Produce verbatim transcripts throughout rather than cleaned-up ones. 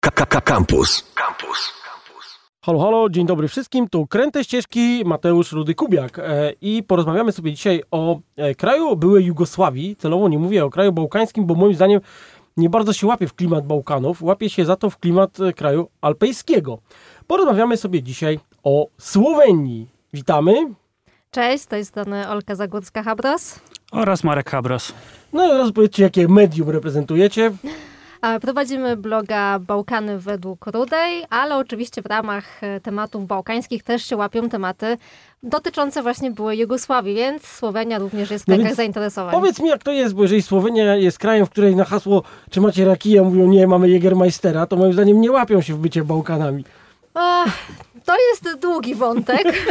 Campus. Campus. Halo, halo, dzień dobry wszystkim, tu Kręte Ścieżki, Mateusz Rudy-Kubiak e, i porozmawiamy sobie dzisiaj o e, kraju byłej Jugosławii. Celowo nie mówię o kraju bałkańskim, bo moim zdaniem nie bardzo się łapie w klimat Bałkanów, łapie się za to w klimat e, kraju alpejskiego. Porozmawiamy sobie dzisiaj o Słowenii. Witamy. Cześć, z tej strony Olka Zagórska-Habros. Oraz Marek Habros. No i od razu powiedzcie, jakie medium reprezentujecie. Prowadzimy bloga Bałkany według Rudej, ale oczywiście w ramach tematów bałkańskich też się łapią tematy dotyczące właśnie byłej Jugosławii, więc Słowenia również jest w kręgach no zainteresowań. Powiedz mi, jak to jest, bo jeżeli Słowenia jest krajem, w której na hasło czy macie rakiję, mówią nie, mamy Jägermeistera, to moim zdaniem nie łapią się w bycie Bałkanami. O, to jest długi wątek.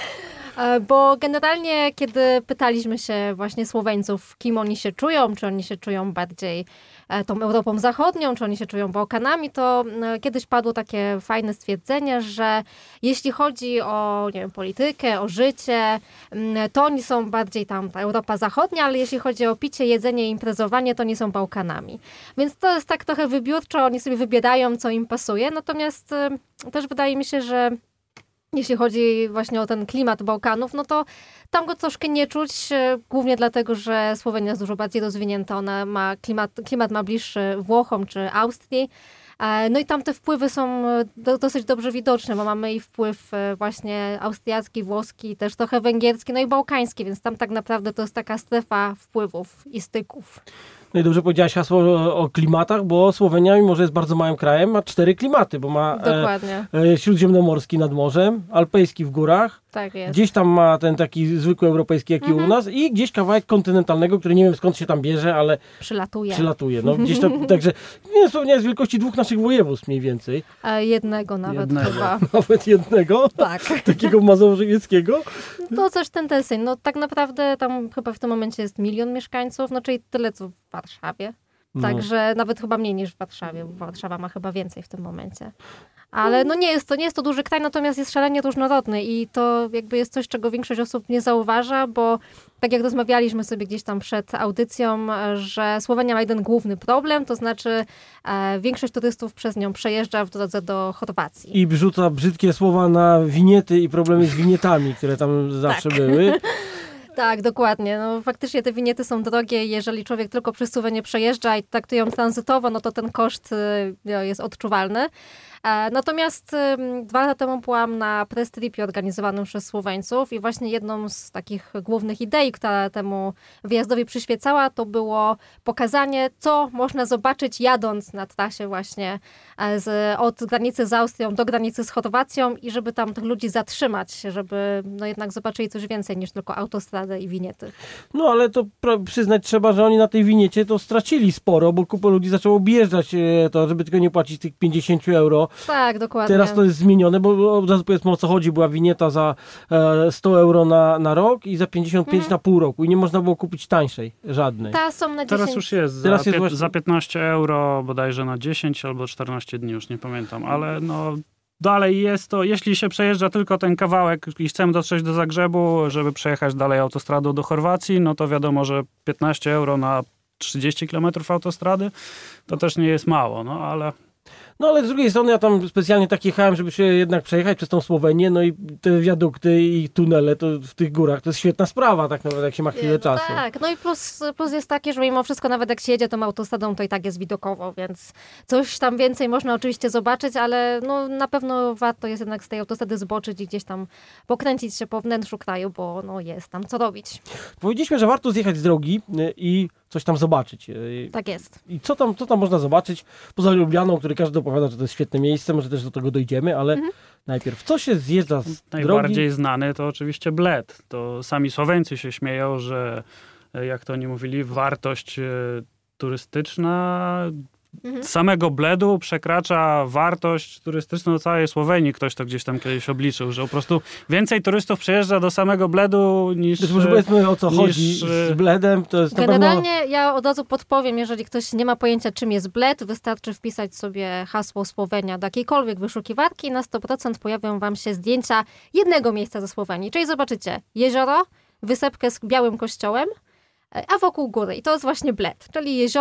Bo generalnie, kiedy pytaliśmy się właśnie Słoweńców, kim oni się czują, czy oni się czują bardziej tą Europą Zachodnią, czy oni się czują Bałkanami, to kiedyś padło takie fajne stwierdzenie, że jeśli chodzi o, nie wiem, politykę, o życie, to oni są bardziej tam ta Europa Zachodnia, ale jeśli chodzi o picie, jedzenie i imprezowanie, to nie są Bałkanami. Więc to jest tak trochę wybiórczo, oni sobie wybierają, co im pasuje, natomiast też wydaje mi się, że jeśli chodzi właśnie o ten klimat Bałkanów, no to tam go troszkę nie czuć, głównie dlatego, że Słowenia jest dużo bardziej rozwinięta. Ona ma klimat, klimat ma bliższy Włochom czy Austrii. No i tam te wpływy są do, dosyć dobrze widoczne, bo mamy i wpływ właśnie austriacki, włoski, też trochę węgierski, no i bałkański, więc tam tak naprawdę to jest taka strefa wpływów i styków. No i dobrze powiedziałaś hasło o, o klimatach, bo Słowenia, mimo że jest bardzo małym krajem, ma cztery klimaty, bo ma Dokładnie. E, e, śródziemnomorski nad morzem, alpejski w górach, tak jest. Gdzieś tam ma ten taki zwykły europejski, jak i mhm. u nas, i gdzieś kawałek kontynentalnego, który nie wiem skąd się tam bierze, ale przylatuje. Przylatuje. No, gdzieś tam, także nie, Słowenia jest wielkości dwóch naszych województw mniej więcej. A jednego nawet jednego. chyba. Nawet jednego? Tak. Takiego mazowieckiego? To coś tendencyjne. No tak naprawdę tam chyba w tym momencie jest milion mieszkańców, no czyli tyle co w Warszawie. No. Także nawet chyba mniej niż w Warszawie, bo Warszawa ma chyba więcej w tym momencie. Ale no nie jest to, nie jest to duży kraj, natomiast jest szalenie różnorodny i to jakby jest coś, czego większość osób nie zauważa, bo tak jak rozmawialiśmy sobie gdzieś tam przed audycją, że Słowenia ma jeden główny problem, to znaczy e, większość turystów przez nią przejeżdża w drodze do Chorwacji. I wrzuca brzydkie słowa na winiety i problemy z winietami, które tam zawsze tak. były. Tak, dokładnie. No, faktycznie te winiety są drogie. Jeżeli człowiek tylko przez Słowenię przejeżdża i traktuje tranzytowo, no to ten koszt y, jest odczuwalny. E, natomiast y, dwa lata temu byłam na press tripie organizowanym przez Słoweńców i właśnie jedną z takich głównych idei, która temu wyjazdowi przyświecała, to było pokazanie, co można zobaczyć jadąc na trasie właśnie z, od granicy z Austrią do granicy z Chorwacją i żeby tam tych ludzi zatrzymać, żeby no jednak zobaczyli coś więcej niż tylko autostradę i winiety. No ale to pra- przyznać trzeba, że oni na tej winiecie to stracili sporo, bo kupę ludzi zaczęło objeżdżać to, żeby tylko nie płacić tych pięćdziesiąt euro. Tak, dokładnie. Teraz to jest zmienione, bo od razu powiedzmy o co chodzi. Była winieta za e, sto euro na, na rok i za pięćdziesiąt pięć mhm. na pół roku i nie można było kupić tańszej, żadnej. Ta są na dziesięć... Teraz już jest, Teraz za, jest pie- właśnie... za piętnaście euro bodajże na dziesięć albo czternaście dni, już nie pamiętam, ale no dalej jest to, jeśli się przejeżdża tylko ten kawałek i chcemy dotrzeć do Zagrzebu, żeby przejechać dalej autostradą do Chorwacji, no to wiadomo, że piętnaście euro na trzydzieści kilometrów autostrady to też nie jest mało, no ale... No ale z drugiej strony ja tam specjalnie tak jechałem, żeby się jednak przejechać przez tą Słowenię, no i te wiadukty i tunele to w tych górach to jest świetna sprawa tak naprawdę, jak się ma chwilę Nie, no czasu. Tak, no i plus, plus jest takie, że mimo wszystko nawet jak się jedzie tą autostradą, to i tak jest widokowo, więc coś tam więcej można oczywiście zobaczyć, ale no na pewno warto jest jednak z tej autostrady zboczyć i gdzieś tam pokręcić się po wnętrzu kraju, bo no jest tam co robić. Powiedzieliśmy, że warto zjechać z drogi i coś tam zobaczyć. Tak jest. I co tam, co tam można zobaczyć? Poza Lublianą, który każdy opowiada, że to jest świetne miejsce, może też do tego dojdziemy, ale mhm. najpierw, co się zjeżdża z Najbardziej drogi? znany to oczywiście Bled. To sami Słoweńcy się śmieją, że jak to oni mówili, wartość turystyczna mhm. samego Bledu przekracza wartość turystyczną całej Słowenii. Ktoś to gdzieś tam kiedyś obliczył, że po prostu więcej turystów przyjeżdża do samego Bledu niż... Też może powiedzmy o co niż, chodzi z Bledem. To jest generalnie pewno... ja od razu podpowiem, jeżeli ktoś nie ma pojęcia czym jest Bled, wystarczy wpisać sobie hasło Słowenia do jakiejkolwiek wyszukiwarki i na sto procent pojawią wam się zdjęcia jednego miejsca ze Słowenii. Czyli zobaczycie jezioro, wysepkę z białym kościołem, a wokół góry. I to jest właśnie Bled, czyli jezioro,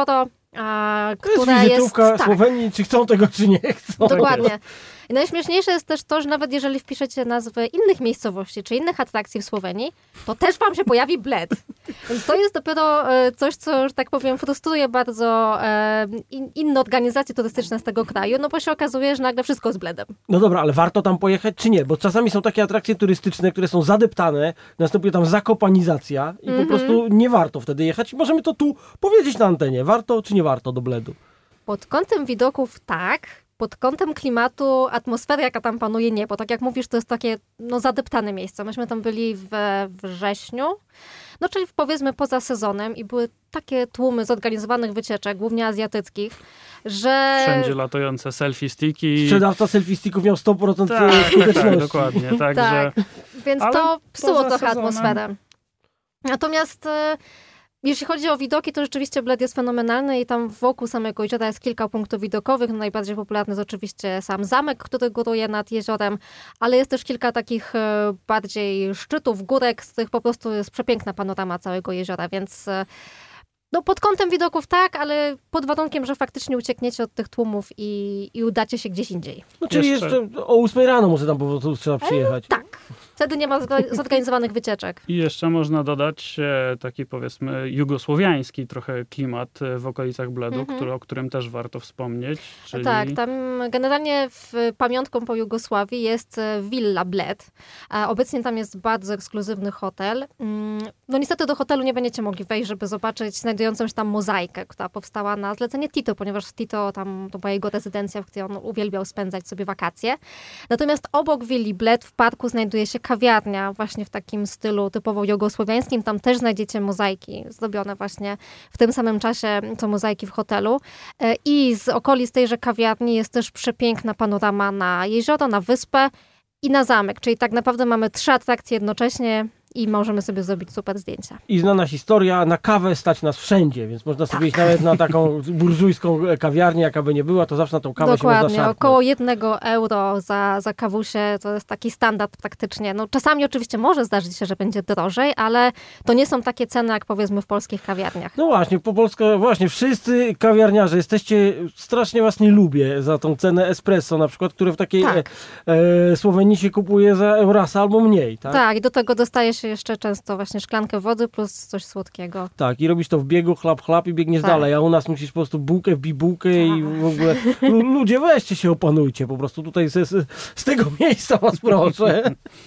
a, To jest która wizytówka jest... Tak, Słowenii, czy chcą tego, czy nie chcą. dokładnie. I najśmieszniejsze jest też to, że nawet jeżeli wpiszecie nazwy innych miejscowości, czy innych atrakcji w Słowenii, to też wam się pojawi Bled. Więc to jest dopiero e, coś, co, że tak powiem, frustruje bardzo e, in, inne organizacje turystyczne z tego kraju, no bo się okazuje, że nagle wszystko jest Bledem. No dobra, ale warto tam pojechać, czy nie? Bo czasami są takie atrakcje turystyczne, które są zadeptane, następuje tam zakopanizacja i Mhm. po prostu nie warto wtedy jechać. Możemy to tu powiedzieć na antenie. Warto, czy nie warto do Bledu? Pod kątem widoków tak, pod kątem klimatu, atmosfery, jaka tam panuje, nie, bo tak jak mówisz, to jest takie no, zadeptane miejsce. Myśmy tam byli we wrześniu, no czyli powiedzmy poza sezonem i były takie tłumy zorganizowanych wycieczek, głównie azjatyckich, że... Wszędzie latające selfie sticki. Sprzedawca selfie sticków miał sto procent Tak, tak, skuteczności. tak, dokładnie. Także Tak, więc ale to psuło poza trochę sezonem- atmosferę. Natomiast e, jeśli chodzi o widoki, to rzeczywiście Bled jest fenomenalny i tam wokół samego jeziora jest kilka punktów widokowych. No, najbardziej popularny jest oczywiście sam zamek, który góruje nad jeziorem, ale jest też kilka takich e, bardziej szczytów, górek, z których po prostu jest przepiękna panorama całego jeziora, więc e, no, pod kątem widoków tak, ale pod warunkiem, że faktycznie uciekniecie od tych tłumów i, i udacie się gdzieś indziej. No czyli Jeszcze- jeszcze o ósmej rano może tam po prostu trzeba przyjechać. Tak. Wtedy nie ma zorga- zorganizowanych wycieczek. I jeszcze można dodać e, taki powiedzmy jugosłowiański trochę klimat e, w okolicach Bledu, Mhm. który, o którym też warto wspomnieć. Czyli... Tak, tam generalnie w pamiątką po Jugosławii jest e, Villa Bled. A obecnie tam jest bardzo ekskluzywny hotel. Mm, No niestety do hotelu nie będziecie mogli wejść, żeby zobaczyć znajdującą się tam mozaikę, która powstała na zlecenie Tito, ponieważ Tito tam to była jego rezydencja, w której on uwielbiał spędzać sobie wakacje. Natomiast obok Willi Bled w parku znajduje się kawiarnia właśnie w takim stylu typowo jugosłowiańskim. Tam też znajdziecie mozaiki zdobione właśnie w tym samym czasie, co mozaiki w hotelu. E, I z okolic tejże kawiarni jest też przepiękna panorama na jezioro, na wyspę i na zamek. Czyli tak naprawdę mamy trzy atrakcje jednocześnie i możemy sobie zrobić super zdjęcia. I znana historia, na kawę stać nas wszędzie, więc można sobie Tak. iść nawet na taką burżujską kawiarnię, jaka by nie była, to zawsze na tą kawę się można Dokładnie, szarpnąć. około jednego euro za, za kawusię, to jest taki standard praktycznie. No, czasami oczywiście może zdarzyć się, że będzie drożej, ale to nie są takie ceny, jak powiedzmy w polskich kawiarniach. No właśnie, po polsku, właśnie, wszyscy kawiarniarze, jesteście, strasznie was nie lubię za tą cenę espresso na przykład, które w takiej Tak. e, e, Słowenii się kupuje za eurasa albo mniej, tak? Tak, i do tego dostaje się jeszcze często właśnie szklankę wody plus coś słodkiego. Tak, i robisz to w biegu, chlap, chlap i biegniesz Tak. dalej, a u nas musisz po prostu bułkę, wbij bułkę i w ogóle lu- ludzie weźcie się opanujcie, po prostu tutaj z, z, z tego miejsca was proszę.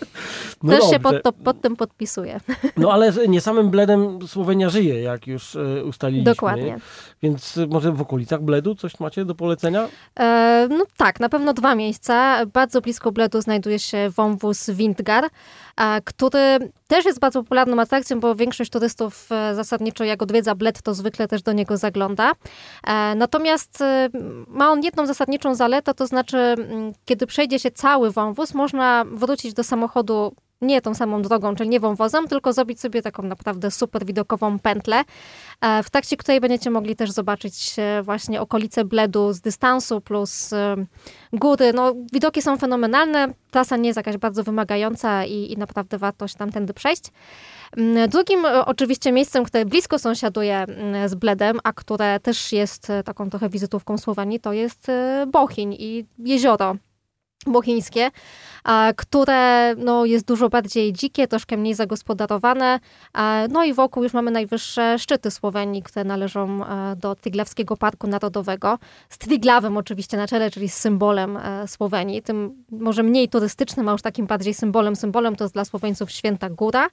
No Też się dobrze. pod, to, pod tym podpisuję. No ale z- nie samym Bledem Słowenia żyje, jak już e, ustaliliśmy. Dokładnie. Więc e, może w okolicach Bledu coś macie do polecenia? E, no tak, na pewno dwa miejsca. Bardzo blisko Bledu znajduje się wąwóz Windgar, e, który też jest bardzo popularną atrakcją, bo większość turystów e, zasadniczo jak odwiedza Bled, to zwykle też do niego zagląda. E, natomiast e, ma on jedną zasadniczą zaletę, to znaczy m, kiedy przejdzie się cały wąwóz, można wrócić do samochodu nie tą samą drogą, czyli nie wąwozem, tylko zrobić sobie taką naprawdę super widokową pętlę, e, w trakcie której będziecie mogli też zobaczyć e, właśnie okolice Bledu z dystansu plus e, góry. No, widoki są fenomenalne, trasa nie jest jakaś bardzo wymagająca i, i naprawdę warto się tamtędy przejść. Mm, Drugim e, oczywiście miejscem, które blisko sąsiaduje mm, z Bledem, a które też jest e, taką trochę wizytówką Słowenii, to jest e, Bohinj i jezioro bochińskie, a, które no, jest dużo bardziej dzikie, troszkę mniej zagospodarowane. A, no i wokół już mamy najwyższe szczyty Słowenii, które należą e, do Triglavskiego Parku Narodowego. Z Triglavem oczywiście na czele, czyli z symbolem e, Słowenii. Tym może mniej turystycznym, a już takim bardziej symbolem. Symbolem to jest dla Słoweńców Święta Góra.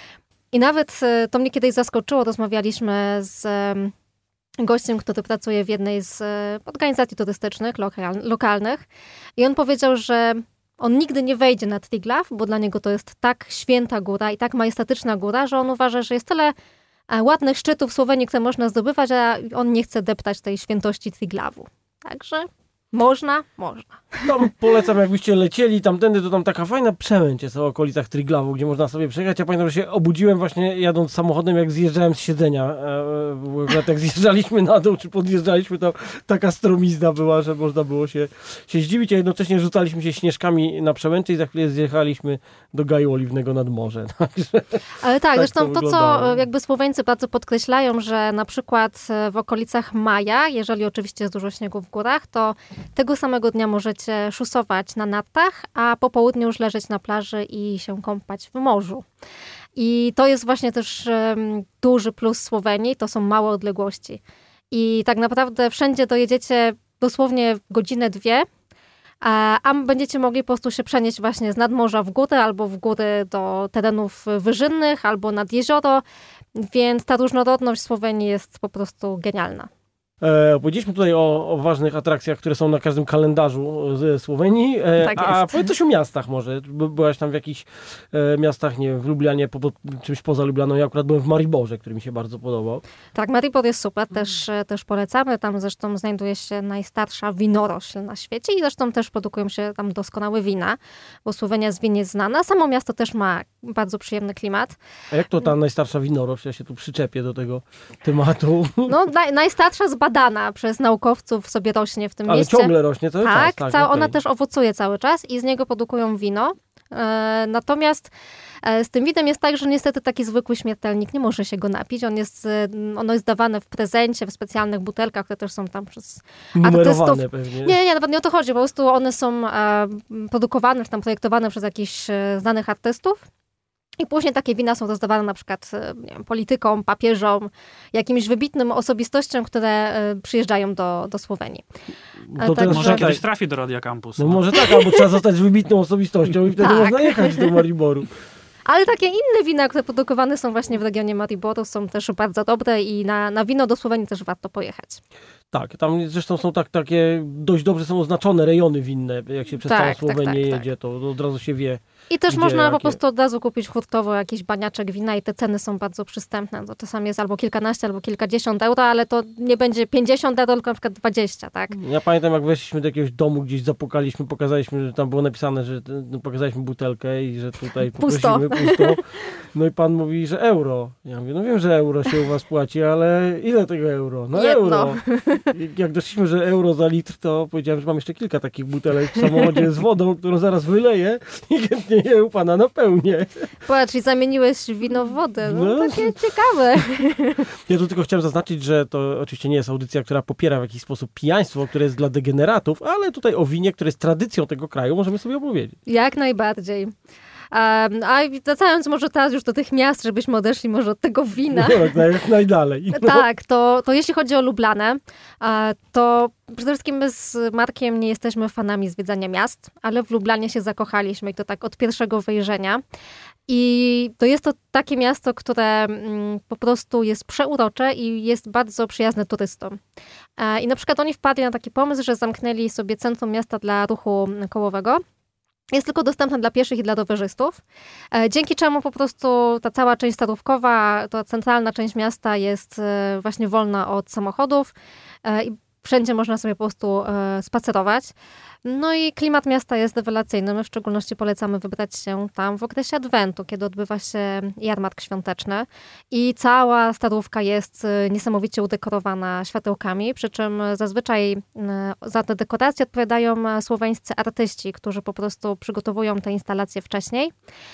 I nawet e, to mnie kiedyś zaskoczyło, rozmawialiśmy z e, gościem, który pracuje w jednej z e, organizacji turystycznych lokal, lokalnych i on powiedział, że on nigdy nie wejdzie na Triglav, bo dla niego to jest tak święta góra i tak majestatyczna góra, że on uważa, że jest tyle e, ładnych szczytów w Słowenii, które można zdobywać, a on nie chce deptać tej świętości Triglavu. Także Można? Można. Tam polecam, jakbyście lecieli tamtędy, to tam taka fajna Przemęć jest w okolicach Triglawu, gdzie można sobie przejechać. Ja pamiętam, że się obudziłem właśnie jadąc samochodem, jak zjeżdżałem z siedzenia. E, jak zjeżdżaliśmy na dół, czy podjeżdżaliśmy, to taka stromizna była, że można było się, się zdziwić, a jednocześnie rzucaliśmy się śnieżkami na Przemęczy i za chwilę zjechaliśmy do Gaju Oliwnego nad morze. Także, Ale tak, tak zresztą to to, co jakby Słoweńcy bardzo podkreślają, że na przykład w okolicach maja, jeżeli oczywiście jest dużo śniegu w górach, to tego samego dnia możecie szusować na nartach, a po południu już leżeć na plaży i się kąpać w morzu. I to jest właśnie też um, duży plus Słowenii, to są małe odległości. I tak naprawdę wszędzie dojedziecie dosłownie w godzinę, dwie, a, a będziecie mogli po prostu się przenieść właśnie z nadmorza w górę, albo w góry do terenów wyżynnych, albo nad jezioro, więc ta różnorodność Słowenii jest po prostu genialna. E, powiedzieliśmy tutaj o, o ważnych atrakcjach, które są na każdym kalendarzu ze Słowenii. E, Tak a jest. powiedz coś o miastach może. By, byłaś tam w jakichś e, miastach, nie wiem, w Lublianie, po, po, czymś poza Lublianą. Ja akurat byłem w Mariborze, który mi się bardzo podobał. Tak, Maribor jest super, też, też polecamy. Tam zresztą znajduje się najstarsza winorośl na świecie i zresztą też produkują się tam doskonałe wina, bo Słowenia z win jest znana. Samo miasto też ma bardzo przyjemny klimat. A jak to ta najstarsza winorośl? Ja się tu przyczepię do tego tematu. No, naj, najstarsza zbadana przez naukowców sobie rośnie w tym Ale mieście. ciągle rośnie cały tak, czas. Tak, ca- okej. ona też owocuje cały czas i z niego produkują wino. E, natomiast e, z tym winem jest tak, że niestety taki zwykły śmiertelnik nie może się go napić. On jest, e, ono jest dawane w prezencie, w specjalnych butelkach, które też są tam przez Numerowane artystów. pewnie. Nie, nie, nawet nie o to chodzi. Po prostu one są e, produkowane, czy tam projektowane przez jakichś e, znanych artystów. I później takie wina są rozdawane na przykład nie wiem, politykom, papieżom, jakimś wybitnym osobistościom, które e, przyjeżdżają do, do Słowenii. No to tak, teraz Może że- czekaj. kiedyś trafi do Radia Campus. No może tak, albo trzeba zostać wybitną osobistością i wtedy Tak. można jechać do Mariboru. Ale takie inne wina, które produkowane są właśnie w regionie Mariboru, są też bardzo dobre i na, na wino do Słowenii też warto pojechać. Tak, tam zresztą są tak, takie dość dobrze są oznaczone rejony winne. Jak się przez Tak, całą tak, Słowenię tak, jedzie, to od razu się wie. I też Gdzie, można jakie? po prostu od razu kupić hurtowo jakiś baniaczek wina i te ceny są bardzo przystępne. To czasami jest albo kilkanaście, albo kilkadziesiąt euro, ale to nie będzie pięćdziesiąt euro, tylko na przykład dwadzieścia, tak? Ja pamiętam, jak weszliśmy do jakiegoś domu, gdzieś zapukaliśmy, pokazaliśmy, że tam było napisane, że no, pokazaliśmy butelkę i że tutaj Pusto. poprosimy pusto. No i pan mówi, że euro. Ja mówię, no wiem, że euro się u was płaci, ale ile tego euro? No Jedno. euro. I jak doszliśmy, że euro za litr, to powiedziałem, że mam jeszcze kilka takich butelek w samochodzie z wodą, którą zaraz wyleję i chętnie je u pana napełnię. Patrz, i zamieniłeś wino w wodę. No, No. takie ciekawe. Ja tu tylko chciałem zaznaczyć, że to oczywiście nie jest audycja, która popiera w jakiś sposób pijaństwo, które jest dla degeneratów, ale tutaj o winie, które jest tradycją tego kraju, możemy sobie opowiedzieć. Jak najbardziej. Um, a wracając może teraz już do tych miast, żebyśmy odeszli może od tego wina. No, jak, naj, jak najdalej. No. Tak, to, to jeśli chodzi o Lublanę, e, to przede wszystkim my z Markiem nie jesteśmy fanami zwiedzania miast, ale w Lublanie się zakochaliśmy i to tak od pierwszego wejrzenia. I to jest to takie miasto, które mm, po prostu jest przeurocze i jest bardzo przyjazne turystom. E, I na przykład oni wpadli na taki pomysł, że zamknęli sobie centrum miasta dla ruchu kołowego. Jest tylko dostępna dla pieszych i dla rowerzystów, e, dzięki czemu po prostu ta cała część starówkowa, ta centralna część miasta jest e, właśnie wolna od samochodów e, i wszędzie można sobie po prostu e, spacerować. No i klimat miasta jest rewelacyjny. My w szczególności polecamy wybrać się tam w okresie Adwentu, kiedy odbywa się jarmark świąteczny i cała starówka jest e, niesamowicie udekorowana światełkami, przy czym zazwyczaj e, za te dekoracje odpowiadają słoweńscy artyści, którzy po prostu przygotowują te instalacje wcześniej.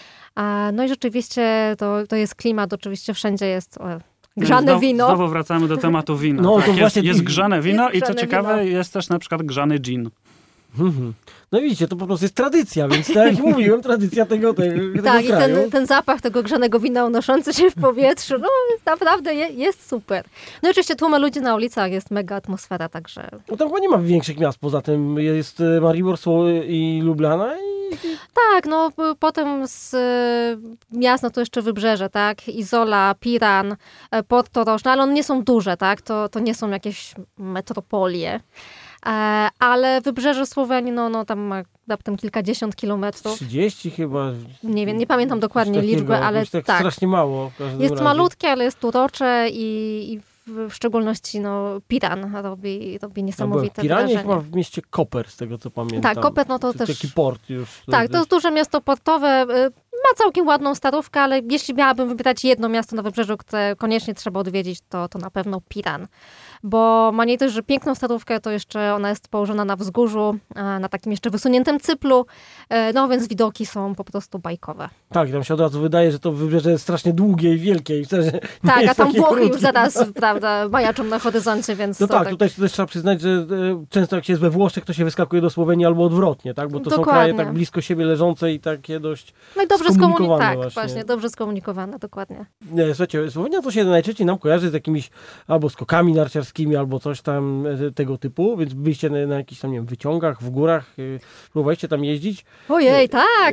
A, no i rzeczywiście to, to jest klimat, oczywiście wszędzie jest o, grzane znowu, wino. Znowu wracamy do tematu wina. No, tak, to jest, właśnie- jest grzane wino Jest i co grzane ciekawe, wino. jest też na przykład grzany gin. Mhm. No widzicie, to po prostu jest tradycja, więc tak jak mówiłem, tradycja tego, tego, tego Tak, i kraju. ten, ten zapach tego grzanego wina unoszący się w powietrzu, no naprawdę je, jest super. No i oczywiście tłumy ludzi na ulicach, jest mega atmosfera, także... No tam chyba nie ma większych miast, poza tym jest e, Maribor Sło- i Lublana i Tak, no p- potem z y, miast, no to jeszcze wybrzeże, tak? Izola, Piran, e, Porto Rożne, ale one nie są duże, tak? To, to nie są jakieś metropolie. E, ale wybrzeże Słowenii, no, no tam ma raptem kilkadziesiąt kilometrów. trzydzieści chyba. Nie wiem, nie pamiętam dokładnie Coś takiego, liczby, ale jakoś tak, tak. strasznie mało w każdym Jest razie. malutkie, ale jest urocze i, i w, w szczególności no, Piran robi, robi niesamowite no, Piranie wrażenie. chyba w mieście Koper, z tego co pamiętam. Tak, Koper no to, to też... Taki port już. Tak, to jest duże miasto portowe. Ma całkiem ładną starówkę, ale jeśli miałabym wybrać jedno miasto na Wybrzeżu, które koniecznie trzeba odwiedzić, to, to na pewno Piran. Bo ma nie dość, że piękną starówkę, to jeszcze ona jest położona na wzgórzu, na takim jeszcze wysuniętym cyplu, no więc widoki są po prostu bajkowe. Tak, tam się od razu wydaje, że to Wybrzeże jest strasznie długie i wielkie. I wtedy nie tak, jest a tam takie Włochy krótkie. już zaraz, prawda, majaczą na horyzoncie, więc No to tak, tak... tutaj też trzeba przyznać, że e, często jak się jest we Włoszech, to się wyskakuje do Słowenii albo odwrotnie, tak? Bo to Dokładnie. są kraje tak blisko siebie leżące i takie dość No i dobrze skomunikowane skomunikowane, tak, właśnie. właśnie, dobrze skomunikowane, dokładnie. Nie, słuchajcie, Słowenia to się najczęściej nam kojarzy z jakimiś albo skokami narciarskimi, albo coś tam e, tego typu, więc byliście na, na jakichś tam, nie wiem, wyciągach, w górach, e, próbowaliście tam jeździć? Ojej, tak!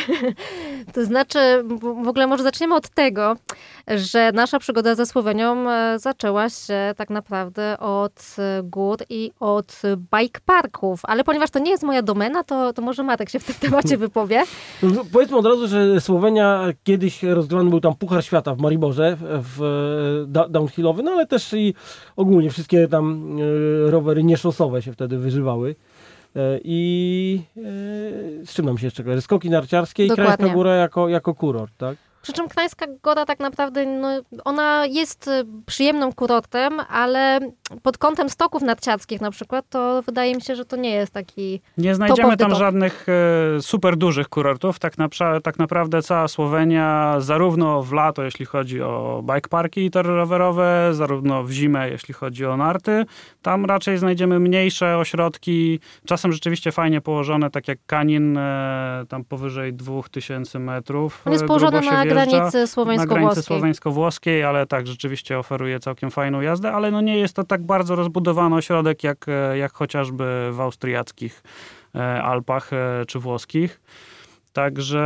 To znaczy, w ogóle może zaczniemy od tego, że nasza przygoda ze Słowenią e, zaczęła się tak naprawdę od e, gór i od bike parków, ale ponieważ to nie jest moja domena, to, to może Marek się w tym temacie wypowie. No, powiedzmy od razu, że Słowenia kiedyś rozgrywany był tam Puchar Świata w Mariborze, w, w downhillowy, no ale też i ogólnie wszystkie tam e, rowery nieszosowe się wtedy wyżywały. E, I e, z czym nam się jeszcze kojarzy? Skoki narciarskie i Dokładnie. Krańska Góra jako, jako kurort, tak? Przy czym Krańska Góra tak naprawdę, no, ona jest y, przyjemnym kurortem, ale pod kątem stoków narciarskich na przykład, to wydaje mi się, że to nie jest taki Nie top znajdziemy of the tam top. żadnych e, super dużych kurortów. Tak, napra- tak naprawdę cała Słowenia, zarówno w lato, jeśli chodzi o bike parki i tory rowerowe, zarówno w zimę, jeśli chodzi o narty. Tam raczej znajdziemy mniejsze ośrodki, czasem rzeczywiście fajnie położone, tak jak Kanin, e, tam powyżej dwóch tysięcy metrów. On jest e, położony grubo się na wjeżdża. granicy Na granicy słoweńsko-włoskiej. słoweńsko-włoskiej, ale tak, rzeczywiście oferuje całkiem fajną jazdę, ale no nie jest to tak bardzo rozbudowany ośrodek, jak, jak chociażby w austriackich e, Alpach e, czy włoskich. Także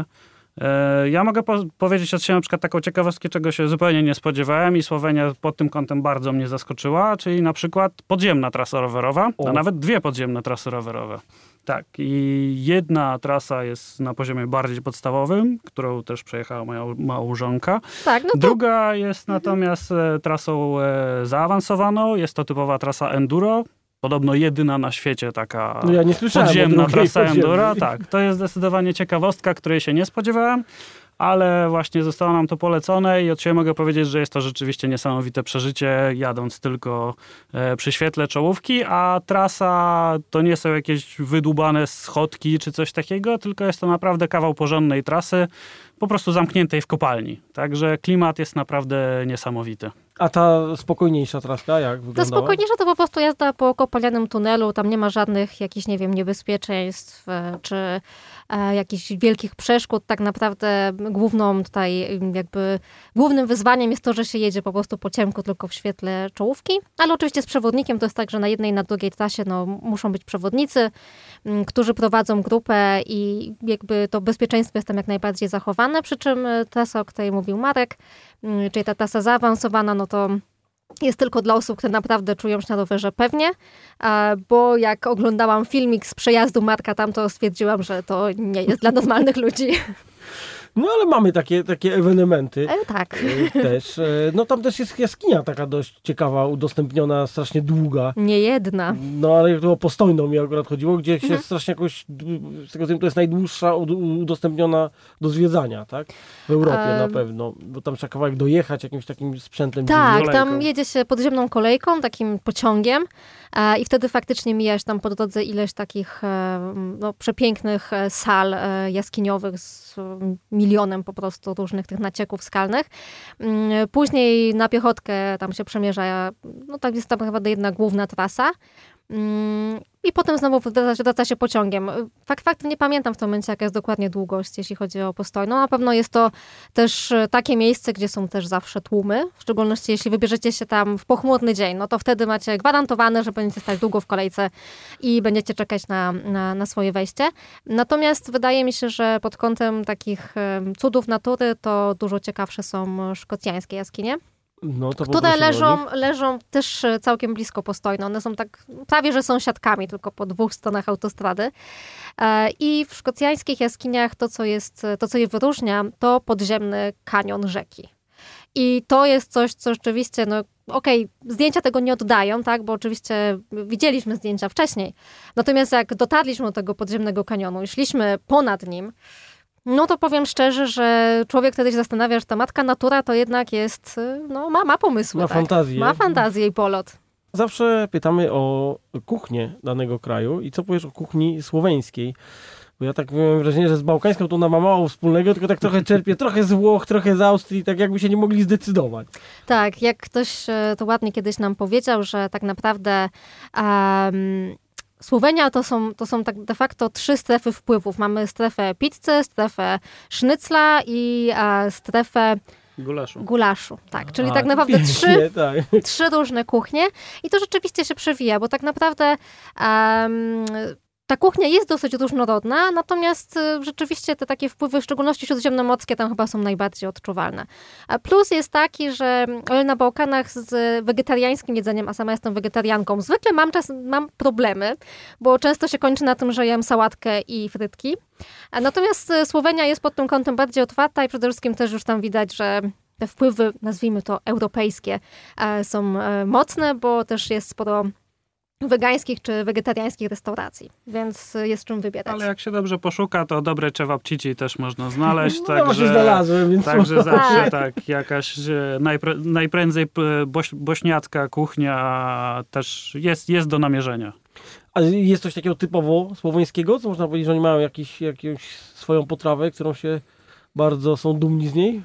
e, ja mogę po- powiedzieć od siebie na przykład taką ciekawostkę, czego się zupełnie nie spodziewałem i Słowenia pod tym kątem bardzo mnie zaskoczyła, czyli na przykład podziemna trasa rowerowa, O. a nawet dwie podziemne trasy rowerowe. Tak, i jedna trasa jest na poziomie bardziej podstawowym, którą też przejechała moja małżonka. Tak, no to Druga jest natomiast e, trasą e, zaawansowaną, jest to typowa trasa enduro. Podobno jedyna na świecie taka No ja nie słyszałem o podziemna drugiej trasa podziemnej. enduro. Tak, to jest zdecydowanie ciekawostka, której się nie spodziewałem, ale właśnie zostało nam to polecone i od siebie mogę powiedzieć, że jest to rzeczywiście niesamowite przeżycie, jadąc tylko e, przy świetle czołówki, a trasa to nie są jakieś wydłubane schodki czy coś takiego, tylko jest to naprawdę kawał porządnej trasy, po prostu zamkniętej w kopalni. Także klimat jest naprawdę niesamowity. A ta spokojniejsza traska jak To wyglądała? spokojniejsza to po prostu jazda po kopalnianym tunelu, tam nie ma żadnych jakichś, nie wiem, niebezpieczeństw e, czy e, jakichś wielkich przeszkód. Tak naprawdę główną tutaj jakby, głównym wyzwaniem jest to, że się jedzie po prostu po ciemku, tylko w świetle czołówki, ale oczywiście z przewodnikiem to jest tak, że na jednej i na drugiej trasie no, muszą być przewodnicy, m, którzy prowadzą grupę i jakby to bezpieczeństwo jest tam jak najbardziej zachowane, przy czym e, trasa, o której mówił Marek, m, czyli ta trasa zaawansowana, no to jest tylko dla osób, które naprawdę czują się na rowerze pewnie, a, bo jak oglądałam filmik z przejazdu Marka tam, to stwierdziłam, że to nie jest dla normalnych ludzi. No ale mamy takie, takie ewenementy E, tak, e, też. E, No tam też jest jaskinia taka dość ciekawa, udostępniona, strasznie długa. nie jedna. No ale to o Postojną mi akurat chodziło, gdzie się Mhm. strasznie jakoś, z tego co wiem, to jest najdłuższa ud- udostępniona do zwiedzania, tak? W Europie Em. na pewno, bo tam trzeba kawałek dojechać jakimś takim sprzętem. Tak, dziwnym. tam jedzie się podziemną kolejką, takim pociągiem e, i wtedy faktycznie mijasz tam po drodze ileś takich e, no, przepięknych e, sal e, jaskiniowych z e, milionem po prostu różnych tych nacieków skalnych. Mm, Później na piechotkę tam się przemierza, no tak jest tam naprawdę jedna główna trasa. Mm, I potem znowu wraca, wraca się pociągiem. Fakt faktem nie pamiętam w tym momencie, jaka jest dokładnie długość, jeśli chodzi o Postojną. Na pewno jest to też e, takie miejsce, gdzie są też zawsze tłumy, w szczególności jeśli wybierzecie się tam w pochmurny dzień, no to wtedy macie gwarantowane, że będziecie stać długo w kolejce i będziecie czekać na, na, na swoje wejście. Natomiast wydaje mi się, że pod kątem takich e, cudów natury to dużo ciekawsze są szkocjańskie jaskinie, No, to które poprosimy o leżą, nich. leżą też całkiem blisko Postojno. One są tak prawie, że sąsiadkami, tylko po dwóch stronach autostrady. E, I w szkocjańskich jaskiniach to, co jest, to, co je wyróżnia, to podziemny kanion rzeki. I to jest coś, co rzeczywiście, no okej, okay, zdjęcia tego nie oddają, tak, bo oczywiście widzieliśmy zdjęcia wcześniej. Natomiast jak dotarliśmy do tego podziemnego kanionu i szliśmy ponad nim, no to powiem szczerze, że człowiek wtedy się zastanawia, że ta matka natura to jednak jest, no ma, ma pomysły. Ma tak? fantazję. Ma fantazję i polot. Zawsze pytamy o kuchnię danego kraju i co powiesz o kuchni słoweńskiej? Bo ja tak miałem wrażenie, że z bałkańską to ona ma mało wspólnego, tylko tak trochę czerpie, trochę z Włoch, trochę z Austrii, tak jakby się nie mogli zdecydować. Tak, jak ktoś to ładnie kiedyś nam powiedział, że tak naprawdę um, Słowenia to są, to są tak de facto trzy strefy wpływów. Mamy strefę pizzy, strefę sznycla i a, strefę Gulaszu. Gulaszu, tak. Czyli A, tak naprawdę pięknie, trzy, tak. trzy różne kuchnie i to rzeczywiście się przewija, bo tak naprawdę um, ta kuchnia jest dosyć różnorodna, natomiast y, rzeczywiście te takie wpływy, w szczególności śródziemnomorskie, tam chyba są najbardziej odczuwalne. A plus jest taki, że o ile na Bałkanach z wegetariańskim jedzeniem, a sama jestem wegetarianką, zwykle mam, czas, mam problemy, bo często się kończy na tym, że jem sałatkę i frytki. A natomiast y, Słowenia jest pod tym kątem bardziej otwarta i przede wszystkim też już tam widać, że te wpływy, nazwijmy to europejskie, e, są e, mocne, bo też jest sporo wegańskich czy wegetariańskich restauracji, więc jest czym wybierać. Ale jak się dobrze poszuka, to dobre cewapcici też można znaleźć. No także, właśnie znalazłem, więc... Także zawsze Tak. tak, jakaś e, najpre, najprędzej p- boś, bośniacka kuchnia też jest, jest do namierzenia. A jest coś takiego typowo słoweńskiego, co można powiedzieć, że oni mają jakiś, jakąś swoją potrawę, którą się bardzo są dumni z niej?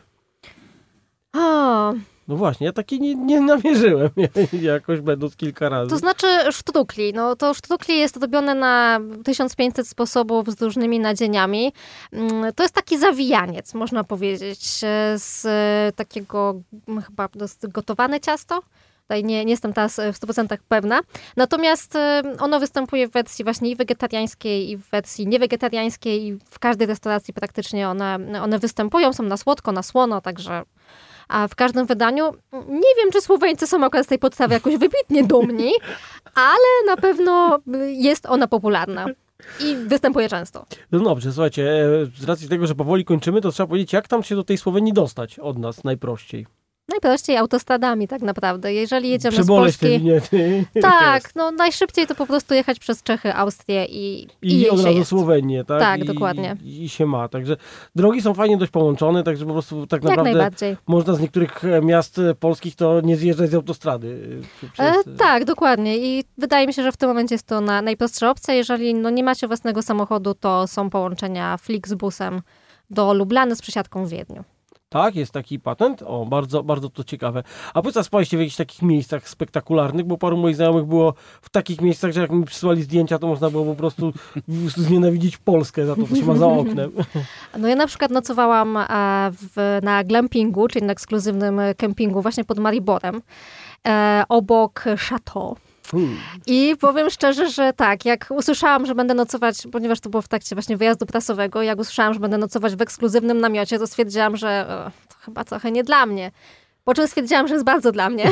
O, No właśnie, ja takiej nie, nie namierzyłem jakoś będąc kilka razy. to znaczy sztukli. No to sztukli jest robione na tysiąc pięćset sposobów z różnymi nadzieniami. Mm, To jest taki zawijaniec, można powiedzieć, z takiego mm, chyba dosyć gotowane ciasto. Tutaj nie, nie jestem teraz w stu procentach pewna. Natomiast y, ono występuje w wersji właśnie i wegetariańskiej, i w wersji niewegetariańskiej. I w każdej restauracji praktycznie one, one występują. Są na słodko, na słono, także... A w każdym wydaniu, nie wiem, czy Słoweńcy są akurat z tej podstawy jakoś wybitnie dumni, ale na pewno jest ona popularna i występuje często. No dobrze, słuchajcie, z racji tego, że powoli kończymy, to trzeba powiedzieć, jak tam się do tej Słowenii dostać od nas najprościej. Najprościej autostradami tak naprawdę. Jeżeli jedziemy Przeboleć z Polski... te winiety. Tak, no najszybciej to po prostu jechać przez Czechy, Austrię i, i, I jej od się razu jest. Słowenię, tak? Tak, I, dokładnie. I, I się ma. Także drogi są fajnie dość połączone, także po prostu tak Jak naprawdę najbardziej. można z niektórych miast polskich to nie zjeżdżać z autostrady. E, Przez... tak, dokładnie. I wydaje mi się, że w tym momencie jest to na najprostsza opcja. Jeżeli no, nie macie własnego samochodu, to są połączenia Flixbusem do Lublany z przesiadką w Wiedniu. Tak, jest taki patent. O, bardzo, bardzo to ciekawe. A powiedz, a spaliście w jakichś takich miejscach spektakularnych, bo paru moich znajomych było w takich miejscach, że jak mi przysłali zdjęcia, to można było po prostu znienawidzić Polskę za to, co się ma za oknem. No ja na przykład nocowałam e, w, na glampingu, czyli na ekskluzywnym kempingu właśnie pod Mariborem, e, obok Chateau. Hmm. I powiem szczerze, że tak, jak usłyszałam, że będę nocować, ponieważ to było w trakcie właśnie wyjazdu prasowego, jak usłyszałam, że będę nocować w ekskluzywnym namiocie, to stwierdziłam, że e, to chyba trochę nie dla mnie. Po czym stwierdziłam, że jest bardzo dla mnie.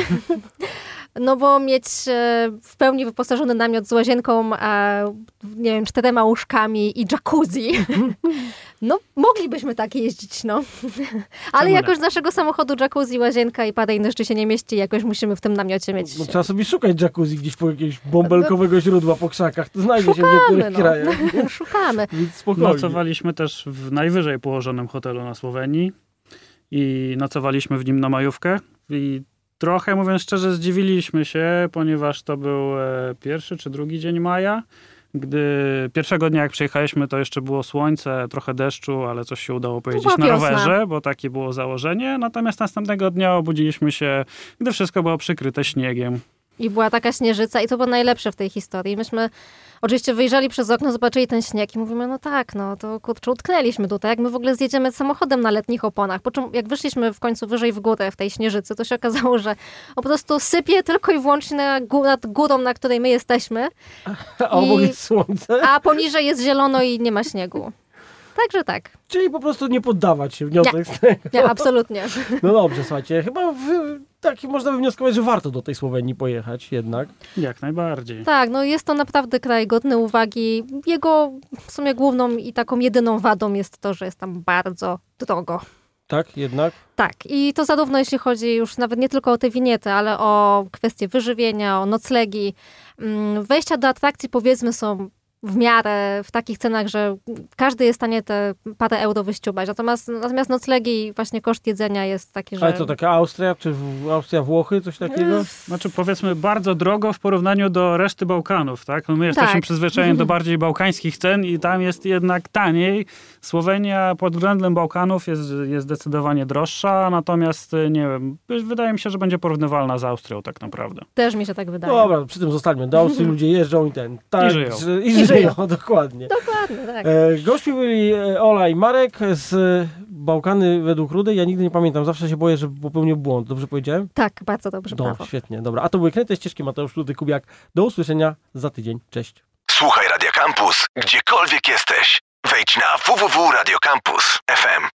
No bo mieć e, w pełni wyposażony namiot z łazienką, e, nie wiem, czterema łóżkami i jacuzzi. No, moglibyśmy tak jeździć, no. Ale jakoś z naszego samochodu jacuzzi, łazienka i parę innych rzeczy się nie mieści, jakoś musimy w tym namiocie mieć. No, trzeba sobie szukać jacuzzi gdzieś po jakiegoś bąbelkowego źródła po krzakach. To znajdzie się w niektórych no. krajach. Szukamy. Więc spokojnie. Nocowaliśmy też w najwyżej położonym hotelu na Słowenii i nocowaliśmy w nim na majówkę i trochę, mówiąc szczerze, zdziwiliśmy się, ponieważ to był e, pierwszy czy drugi dzień maja, gdy pierwszego dnia jak przyjechaliśmy, to jeszcze było słońce, trochę deszczu, ale coś się udało pojeździć na wiosna. rowerze, bo takie było założenie. Natomiast następnego dnia obudziliśmy się, gdy wszystko było przykryte śniegiem. I była taka śnieżyca i to było najlepsze w tej historii. Myśmy oczywiście wyjrzeli przez okno, zobaczyli ten śnieg i mówimy, no tak, no to kurczę, utknęliśmy tutaj. Jak my w ogóle zjedziemy samochodem na letnich oponach? Po czym jak wyszliśmy w końcu wyżej w górę w tej śnieżycy, to się okazało, że po prostu sypie tylko i wyłącznie na gó- nad górą, na której my jesteśmy. A obok I- jest słońce. A poniżej jest zielono i nie ma śniegu. Także tak. Czyli po prostu nie poddawać się wniosek z tego. Nie, absolutnie. No dobrze, słuchajcie, chyba w, tak można wywnioskować, że warto do tej Słowenii pojechać jednak. Jak najbardziej. Tak, no jest to naprawdę kraj godny uwagi. Jego w sumie główną i taką jedyną wadą jest to, że jest tam bardzo drogo. Tak, jednak? Tak, i to zarówno jeśli chodzi już nawet nie tylko o te winiety, ale o kwestie wyżywienia, o noclegi. Wejścia do atrakcji powiedzmy są w miarę w takich cenach, że każdy jest w stanie te parę euro wyściubać. Natomiast, natomiast noclegi, właśnie koszt jedzenia jest taki, że... Ale co, taka Austria, czy w, Austria, Włochy, coś takiego? Znaczy powiedzmy bardzo drogo w porównaniu do reszty Bałkanów, tak? No my jesteśmy tak. przyzwyczajeni do bardziej bałkańskich cen i tam jest jednak taniej. Słowenia pod względem Bałkanów jest, jest zdecydowanie droższa, natomiast nie wiem, wydaje mi się, że będzie porównywalna z Austrią tak naprawdę. Też mi się tak wydaje. Dobra, przy tym zostańmy. Do Austrii ludzie jeżdżą i ten... Tak, I żyją. że- I żyją, dokładnie. Dokładnie, tak. E, gośćmi byli e, Ola i Marek z Bałkany według Rudy. Ja nigdy nie pamiętam, zawsze się boję, że popełnię błąd. Dobrze powiedziałem? Tak, bardzo dobrze, No, brawo. świetnie, dobra. A to były Kręte Ścieżki, Mateusz Rudy Kubiak. Do usłyszenia za tydzień. Cześć. Słuchaj Radia Campus, gdziekolwiek jesteś. Wejdź na w w w kropka radio campus kropka f m.